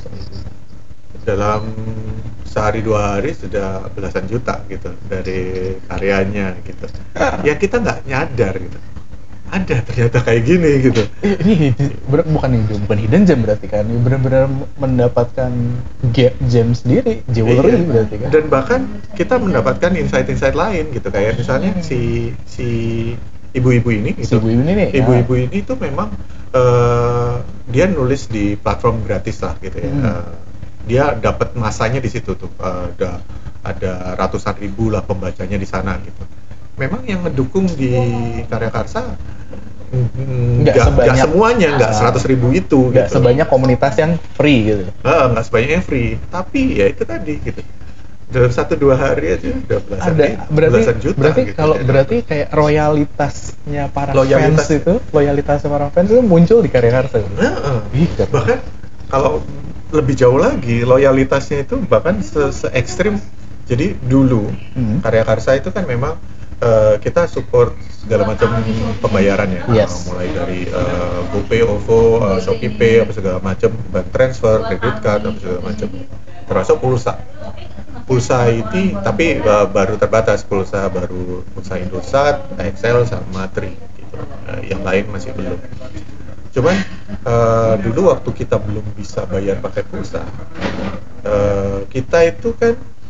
Speaker 1: dalam sehari dua hari sudah belasan juta gitu dari karyanya gitu. Ya kita nggak nyadar gitu. Ada ternyata kayak gini gitu.
Speaker 2: Ini ber- bukan hidden, bukan hidden gem berarti kan, ini benar-benar mendapatkan gem sendiri, jewelry iya. berarti kan.
Speaker 1: Dan bahkan kita mendapatkan insight-insight lain gitu, kayak misalnya si si ibu-ibu ini, gitu.
Speaker 2: Si ibu-ibu ini,
Speaker 1: ibu-ibu
Speaker 2: ya.
Speaker 1: ini itu memang uh, dia nulis di platform gratis lah gitu ya. Hmm. Uh, dia dapat masanya di situ tuh, uh, ada ada ratusan ribu lah pembacanya di sana gitu. Memang yang ngedukung di Karya Karsa nggak sebanyak semuanya, nggak seratus ribu itu,
Speaker 2: nggak gitu. Sebanyak komunitas yang free gitu.
Speaker 1: Uh, nggak sebanyak yang free, tapi ya itu tadi gitu. Dalam satu dua hari aja udah belasan,
Speaker 2: ada,
Speaker 1: ribu,
Speaker 2: berarti,
Speaker 1: belasan juta.
Speaker 2: Berarti
Speaker 1: gitu,
Speaker 2: kalau
Speaker 1: ya.
Speaker 2: berarti kayak loyalitasnya para
Speaker 1: Loyalitas.
Speaker 2: fans itu, loyalitasnya para fans itu muncul di Karya Karsa. Gitu.
Speaker 1: Uh, uh. Bahkan kalau lebih jauh lagi, loyalitasnya itu bahkan se, se ekstrim. Jadi dulu hmm. Karya Karsa itu kan memang Uh, kita support segala macam pembayaran ya,
Speaker 2: yes.
Speaker 1: uh, mulai dari uh, GoPay, OVO, uh, ShopeePay, apa segala macam, bank transfer, credit card, apa segala macam, termasuk pulsa. Pulsa itu tapi uh, baru terbatas, pulsa baru pulsa Indosat, Excel sama Tri, gitu. Uh, yang lain masih belum. Cuman uh, dulu waktu kita belum bisa bayar pakai pulsa, uh, kita itu kan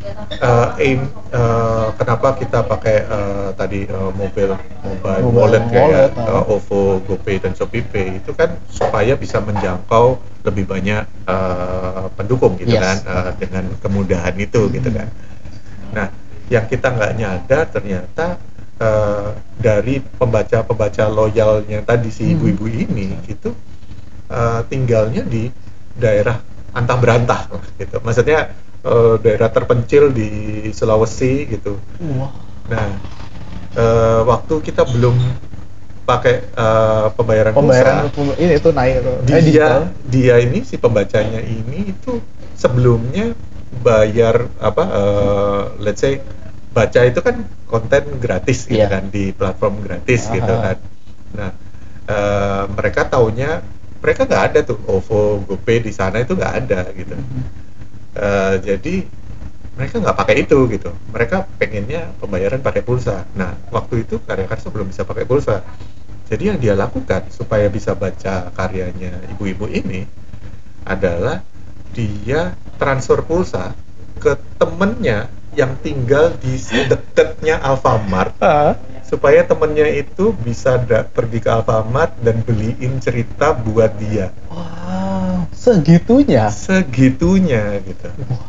Speaker 1: uh, aim uh, kenapa kita pakai uh, tadi uh, mobile mobile
Speaker 2: Mobile
Speaker 1: wallet kayak
Speaker 2: wallet,
Speaker 1: uh, OVO, GoPay dan ShopeePay itu kan supaya bisa menjangkau lebih banyak uh, pendukung gitu
Speaker 2: Yes.
Speaker 1: kan uh, dengan kemudahan itu gitu kan. Nah, yang kita nggak nyadar ternyata uh, dari pembaca-pembaca loyalnya tadi si
Speaker 2: Hmm.
Speaker 1: ibu-ibu ini itu uh, tinggalnya di daerah antah berantah lah gitu. Maksudnya uh, daerah terpencil di Sulawesi gitu.
Speaker 2: Wah.
Speaker 1: Nah, uh, waktu kita belum pakai uh, pembayaran,
Speaker 2: Pembayaran
Speaker 1: pulsa,
Speaker 2: ini itu naik tuh.
Speaker 1: dia
Speaker 2: Eh, digital.
Speaker 1: dia ini si pembacanya ini itu sebelumnya bayar apa uh, let's say baca itu kan konten gratis gitu
Speaker 2: Iya.
Speaker 1: kan di platform gratis
Speaker 2: Aha.
Speaker 1: gitu kan. Nah, uh, mereka taunya mereka nggak ada tuh OVO, GoPay di sana itu nggak ada gitu. Uh, jadi mereka nggak pakai itu gitu. Mereka pengennya pembayaran pakai pulsa. Nah, waktu itu Karya Karsa belum bisa pakai pulsa. Jadi yang dia lakukan supaya bisa baca karyanya ibu-ibu ini adalah dia transfer pulsa ke temennya yang tinggal di dekatnya Alfamart
Speaker 2: Ah.
Speaker 1: supaya temennya itu bisa da- pergi ke Alfamart dan beliin cerita buat dia.
Speaker 2: Wah, segitunya.
Speaker 1: Segitunya gitu.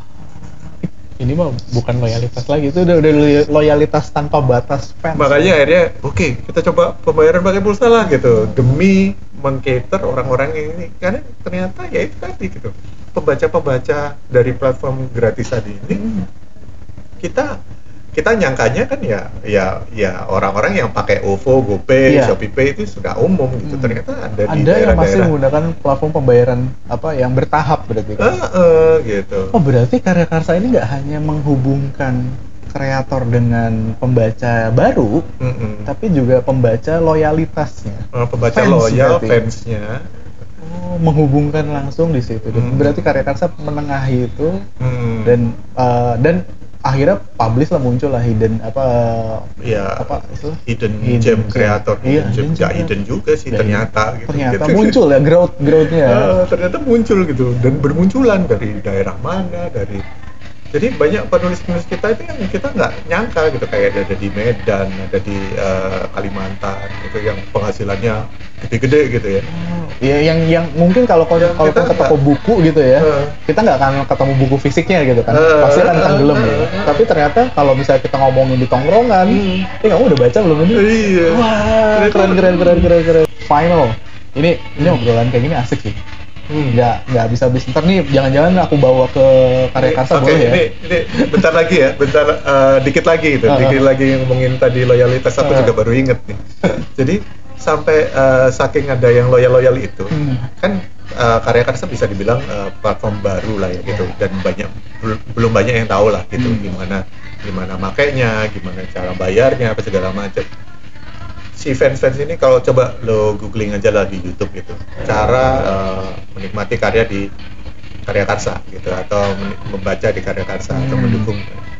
Speaker 2: Ini mah bukan loyalitas lagi, itu udah udah loy- loyalitas tanpa batas fans.
Speaker 1: Makanya akhirnya oke, kita coba pembayaran pakai pulsa lah gitu demi mengcater orang-orang yang ini, karena ternyata ya itu tadi gitu, pembaca-pembaca dari platform gratis tadi ini kita kita nyangkanya kan ya ya ya orang-orang yang pakai OVO, GoPay,
Speaker 2: Iya.
Speaker 1: ShopeePay itu sudah umum gitu.
Speaker 2: Hmm.
Speaker 1: Ternyata ada di
Speaker 2: Ada yang masih
Speaker 1: daerah-daerah
Speaker 2: menggunakan platform pembayaran apa yang bertahap berarti kan?
Speaker 1: eh, eh, gitu.
Speaker 2: Oh, berarti Karya Karsa ini nggak hanya menghubungkan kreator dengan pembaca baru,
Speaker 1: Mm-mm.
Speaker 2: tapi juga pembaca loyalitasnya.
Speaker 1: Eh, pembaca
Speaker 2: Fans
Speaker 1: loyal,
Speaker 2: berarti.
Speaker 1: fansnya.
Speaker 2: Oh, menghubungkan langsung di situ. Dan
Speaker 1: Hmm.
Speaker 2: berarti Karya Karsa menengahi itu
Speaker 1: Hmm.
Speaker 2: dan eh, dan akhirnya publish lah, muncul lah hidden apa
Speaker 1: ya
Speaker 2: apa istilah?
Speaker 1: hidden,
Speaker 2: Hidden
Speaker 1: gem
Speaker 2: gem.
Speaker 1: kreator,
Speaker 2: Iya,
Speaker 1: hidden gem,
Speaker 2: hidden
Speaker 1: nggak
Speaker 2: gem.
Speaker 1: hidden juga sih
Speaker 2: Dan
Speaker 1: ternyata gitu.
Speaker 2: Ternyata
Speaker 1: Gitu.
Speaker 2: muncul ya growth growthnya.
Speaker 1: Eh, ternyata muncul gitu dan bermunculan dari daerah mana, dari jadi banyak penulis-penulis kita itu yang kita nggak nyangka gitu, kayak ada di Medan, ada di eh, Kalimantan itu yang penghasilannya gede-gede gitu ya.
Speaker 2: Ya, yang yang mungkin kalau kalau
Speaker 1: Yang
Speaker 2: kalau
Speaker 1: kita
Speaker 2: ke toko
Speaker 1: nggak-
Speaker 2: buku gitu ya,
Speaker 1: Eh.
Speaker 2: kita nggak akan ketemu buku fisiknya gitu kan,
Speaker 1: Eh,
Speaker 2: pasti akan
Speaker 1: eh,
Speaker 2: tenggelam
Speaker 1: eh,
Speaker 2: gitu.
Speaker 1: eh.
Speaker 2: Tapi ternyata kalau misalnya kita ngomongin di tongkrongan,
Speaker 1: Hmm.
Speaker 2: eh kamu udah baca belum ini?
Speaker 1: Iya.
Speaker 2: Wah, keren keren keren keren keren. Final, ini ini obrolan kayak gini asik sih.
Speaker 1: Hmm.
Speaker 2: Nggak nggak bisa habis. Ntar nih jangan-jangan aku bawa ke Karya Karsa
Speaker 1: Oke,
Speaker 2: boleh ya?
Speaker 1: ini, ini bentar lagi ya, bentar eh, dikit lagi gitu,
Speaker 2: Uh-uh.
Speaker 1: dikit lagi ngomongin tadi loyalitas, aku
Speaker 2: Uh.
Speaker 1: juga baru inget nih. Jadi sampai eh, saking ada yang loyal-loyal itu,
Speaker 2: Hmm.
Speaker 1: kan eh, Karya Karsa bisa dibilang eh, platform baru lah ya gitu, dan banyak bel- belum banyak yang tahu lah gitu
Speaker 2: Hmm.
Speaker 1: gimana gimana makainya, gimana cara bayarnya, apa segala macam. Si fans-fans ini kalau coba lo googling aja lah di YouTube gitu, cara eh, menikmati karya di Karya Karsa gitu, atau men- membaca di Karya Karsa atau
Speaker 2: Hmm.
Speaker 1: mendukung,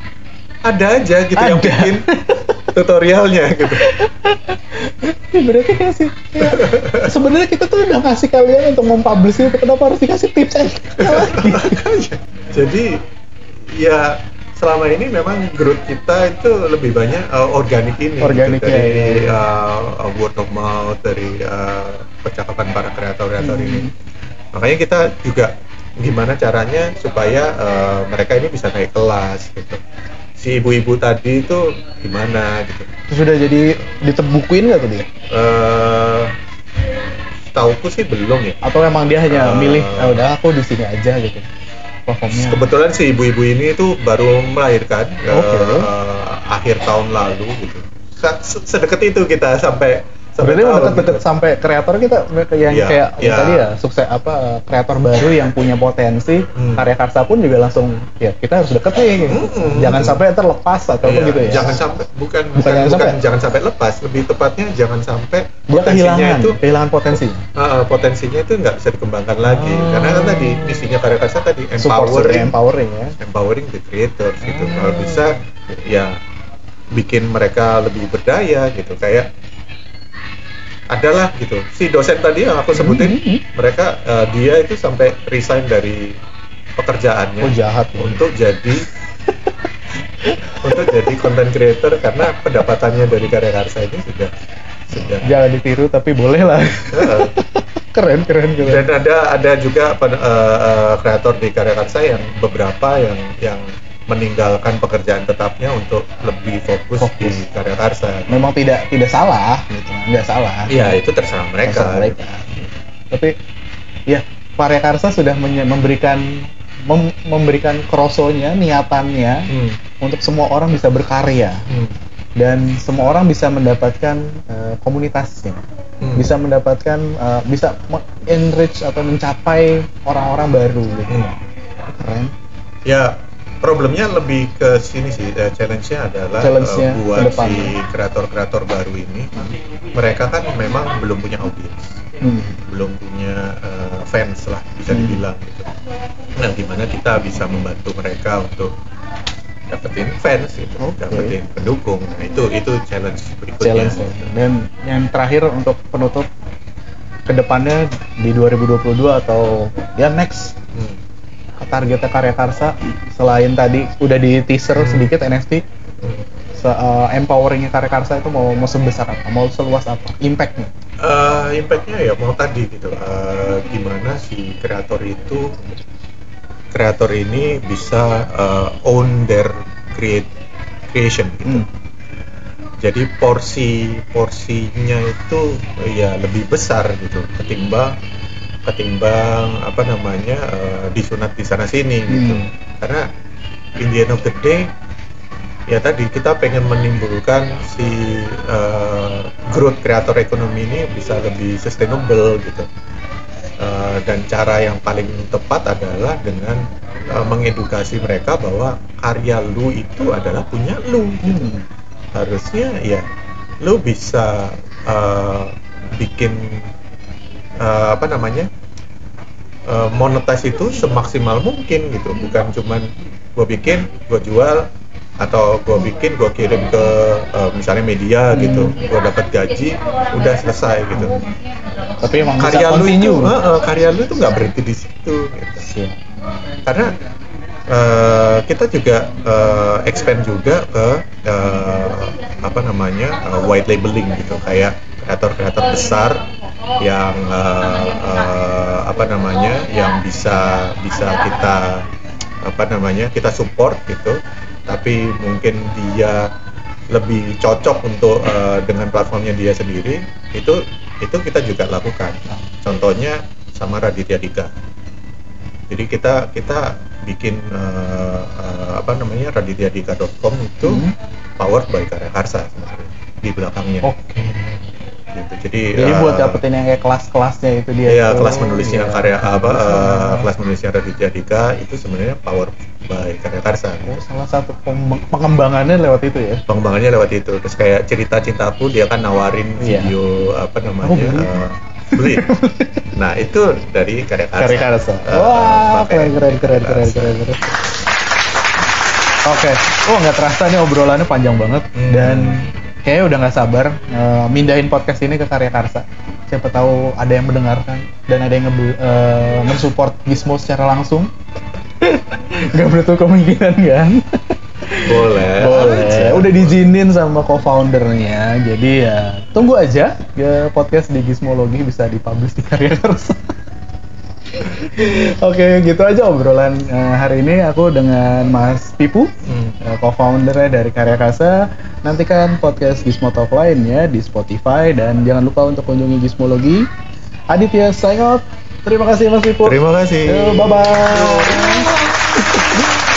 Speaker 1: ada aja gitu yang
Speaker 2: Ada.
Speaker 1: bikin tutorialnya gitu.
Speaker 2: Ini berarti kasih ya, sebenarnya kita tuh udah ngasih kalian untuk mempublish itu, kenapa harus dikasih tips aja lagi?
Speaker 1: Makanya. Jadi ya selama ini memang growth kita itu lebih banyak uh, organik ini,
Speaker 2: Organik,
Speaker 1: gitu,
Speaker 2: ya,
Speaker 1: dari
Speaker 2: ya, ya.
Speaker 1: uh, word of mouth, dari uh, percakapan para kreator-kreator
Speaker 2: Hmm.
Speaker 1: ini. Makanya kita juga gimana caranya supaya uh, mereka ini bisa naik kelas gitu. Si ibu-ibu tadi itu gimana gitu.
Speaker 2: Terus udah jadi ditebukuin nggak tuh dia?
Speaker 1: Uh, Tauku sih belum ya.
Speaker 2: Atau emang dia hanya
Speaker 1: Uh,
Speaker 2: milih, ah udah aku di sini aja gitu performnya?
Speaker 1: Kebetulan si ibu-ibu ini tuh baru melahirkan
Speaker 2: Oke.
Speaker 1: eh, akhir tahun lalu gitu. Se- Sedekat itu kita sampai sampai
Speaker 2: Berarti
Speaker 1: tahu
Speaker 2: deket-deket
Speaker 1: gitu.
Speaker 2: sampai kreator kita yang
Speaker 1: Iya,
Speaker 2: kayak yang
Speaker 1: iya.
Speaker 2: tadi ya sukses apa kreator baru yang punya potensi,
Speaker 1: Hmm.
Speaker 2: Karya Karsa pun juga langsung ya kita harus deket nih, gitu.
Speaker 1: Hmm.
Speaker 2: Jangan sampai terlepas atau apa
Speaker 1: Iya,
Speaker 2: gitu ya.
Speaker 1: Jangan sampai bukan
Speaker 2: Bukan
Speaker 1: bukan,
Speaker 2: jangan
Speaker 1: bukan
Speaker 2: sampai.
Speaker 1: jangan sampai lepas, lebih tepatnya jangan sampai
Speaker 2: Dia
Speaker 1: potensinya
Speaker 2: kehilangan,
Speaker 1: itu
Speaker 2: kehilangan potensi.
Speaker 1: eh, potensinya itu nggak bisa dikembangkan lagi.
Speaker 2: Oh.
Speaker 1: Karena kan tadi misinya Karya Karsa tadi
Speaker 2: Support,
Speaker 1: empowering
Speaker 2: empowering ya.
Speaker 1: empowering the creators gitu.
Speaker 2: Hmm.
Speaker 1: Kalau bisa ya bikin mereka lebih berdaya gitu, kayak adalah gitu si dosen tadi yang aku sebutin,
Speaker 2: Hmm, hmm,
Speaker 1: mereka eh, dia itu sampai resign dari pekerjaannya
Speaker 2: Oh jahat ya.
Speaker 1: untuk jadi untuk jadi content creator karena pendapatannya dari Karya Karsa ini sudah sudah
Speaker 2: Jangan ditiru tapi boleh lah.
Speaker 1: uh,
Speaker 2: keren keren keren.
Speaker 1: dan ada ada juga pen- uh, uh, kreator di Karya Karsa yang beberapa yang yang meninggalkan pekerjaan tetapnya untuk lebih fokus,
Speaker 2: Fokus.
Speaker 1: di Karya Karsa.
Speaker 2: Memang tidak tidak salah gitu, nggak salah.
Speaker 1: Iya, itu terserah mereka.
Speaker 2: Terserah mereka. Tapi ya Karya Karsa sudah menye- memberikan mem- memberikan krosonya, niatannya
Speaker 1: Hmm.
Speaker 2: untuk semua orang bisa berkarya
Speaker 1: Hmm.
Speaker 2: dan semua orang bisa mendapatkan uh, komunitasnya,
Speaker 1: Hmm.
Speaker 2: bisa mendapatkan uh, bisa me- enrich atau mencapai orang-orang baru gitu.
Speaker 1: Hmm.
Speaker 2: Keren.
Speaker 1: Ya, problemnya lebih ke sini sih. Eh, challenge-nya adalah
Speaker 2: Challenge-nya
Speaker 1: eh, buat
Speaker 2: ke depan.
Speaker 1: si kreator-kreator baru ini, mereka kan memang belum punya audiens,
Speaker 2: Hmm.
Speaker 1: belum punya eh, fans lah bisa
Speaker 2: Hmm.
Speaker 1: dibilang gitu. Nah, gimana kita bisa membantu mereka untuk dapetin fans gitu,
Speaker 2: Oke.
Speaker 1: dapetin pendukung. Nah, itu itu challenge berikutnya.
Speaker 2: Challenge. Dan yang terakhir untuk penutup kedepannya di dua ribu dua puluh dua atau ya next
Speaker 1: Hmm.
Speaker 2: targetnya Karya Karsa selain tadi udah di teaser
Speaker 1: Hmm.
Speaker 2: sedikit N F T,
Speaker 1: Hmm.
Speaker 2: se uh, empoweringnya Karya Karsa itu mau mau sebesar apa, mau seluas apa, impactnya?
Speaker 1: Uh, impactnya ya mau tadi gitu, uh, gimana si kreator itu kreator ini bisa uh, own their create creation gitu.
Speaker 2: Hmm.
Speaker 1: Jadi porsi porsinya itu ya lebih besar gitu ketimbang ketimbang apa namanya uh, disunat di sana sini gitu.
Speaker 2: Hmm.
Speaker 1: Karena in the end of the day ya tadi kita pengen menimbulkan si uh, growth kreator ekonomi ini bisa lebih sustainable gitu. Uh, dan cara yang paling tepat adalah dengan uh, mengedukasi mereka bahwa karya lu itu adalah punya lu gitu.
Speaker 2: Hmm.
Speaker 1: Harusnya ya lu bisa uh, bikin uh, apa namanya uh, monetize itu semaksimal mungkin gitu, bukan cuman gue bikin gue jual atau gue bikin gue kirim ke uh, misalnya media gitu, gue dapat gaji udah selesai gitu.
Speaker 2: Tapi emang
Speaker 1: Karya
Speaker 2: bisa
Speaker 1: lu itu
Speaker 2: continue.
Speaker 1: uh, uh, karya lu itu nggak berhenti di situ gitu.
Speaker 2: Siap.
Speaker 1: Karena uh, kita juga uh, expand juga ke uh, apa namanya uh, white labeling gitu, kayak kreator-kreator besar yang uh, uh, apa namanya yang bisa bisa kita apa namanya kita support gitu, tapi mungkin dia lebih cocok untuk uh, dengan platformnya dia sendiri, itu itu kita juga lakukan. Contohnya sama Raditya Dika. Jadi kita kita bikin uh, uh, apa namanya raditya dika dot com itu
Speaker 2: Hmm.
Speaker 1: powered by Karya Karsa sebenarnya di belakangnya.
Speaker 2: Oke.
Speaker 1: Gitu. Jadi,
Speaker 2: Jadi
Speaker 1: uh,
Speaker 2: buat dapetin yang kayak kelas-kelasnya itu dia.
Speaker 1: Iya,
Speaker 2: tuh.
Speaker 1: kelas menulisnya
Speaker 2: Iya.
Speaker 1: karya apa uh,
Speaker 2: Kelas-
Speaker 1: kelas menulisnya Raditya Dika itu sebenarnya powered by Karya Karsa.
Speaker 2: Oh, salah satu pem- pengembangannya lewat itu ya.
Speaker 1: Pengembangannya lewat itu. Terus kayak cerita cintaku dia kan nawarin
Speaker 2: Iya.
Speaker 1: video apa namanya
Speaker 2: Oh, beli.
Speaker 1: uh, beli. Nah, itu dari Karya Karsa.
Speaker 2: Karya Karsa.
Speaker 1: Uh,
Speaker 2: Wah,
Speaker 1: pakai
Speaker 2: keren keren keren keren
Speaker 1: Karsa.
Speaker 2: keren keren. Oke, oh nggak terasa nih obrolannya panjang banget
Speaker 1: Hmm.
Speaker 2: dan kayaknya udah nggak sabar eh, mindahin podcast ini ke Karya Karsa. Siapa tahu ada yang mendengarkan dan ada yang nge- eh, mensupport Gizmo secara langsung. Gak menutup kemungkinan kan?
Speaker 1: Boleh.
Speaker 2: Boleh. Udah diizinin sama co-foundernya. Jadi ya tunggu aja ya podcast di Gizmologi bisa dipublish di Karya Karsa. Oke, gitu aja obrolan eh, hari ini aku dengan Mas Pipu,
Speaker 1: Hmm.
Speaker 2: eh, co-foundernya dari Karya Karsa. Nantikan podcast Gizmo Talk lainnya di Spotify dan jangan lupa untuk kunjungi Gizmologi. Aditya sign out. Terima kasih Mas Pipu.
Speaker 1: Terima kasih.
Speaker 2: Bye bye.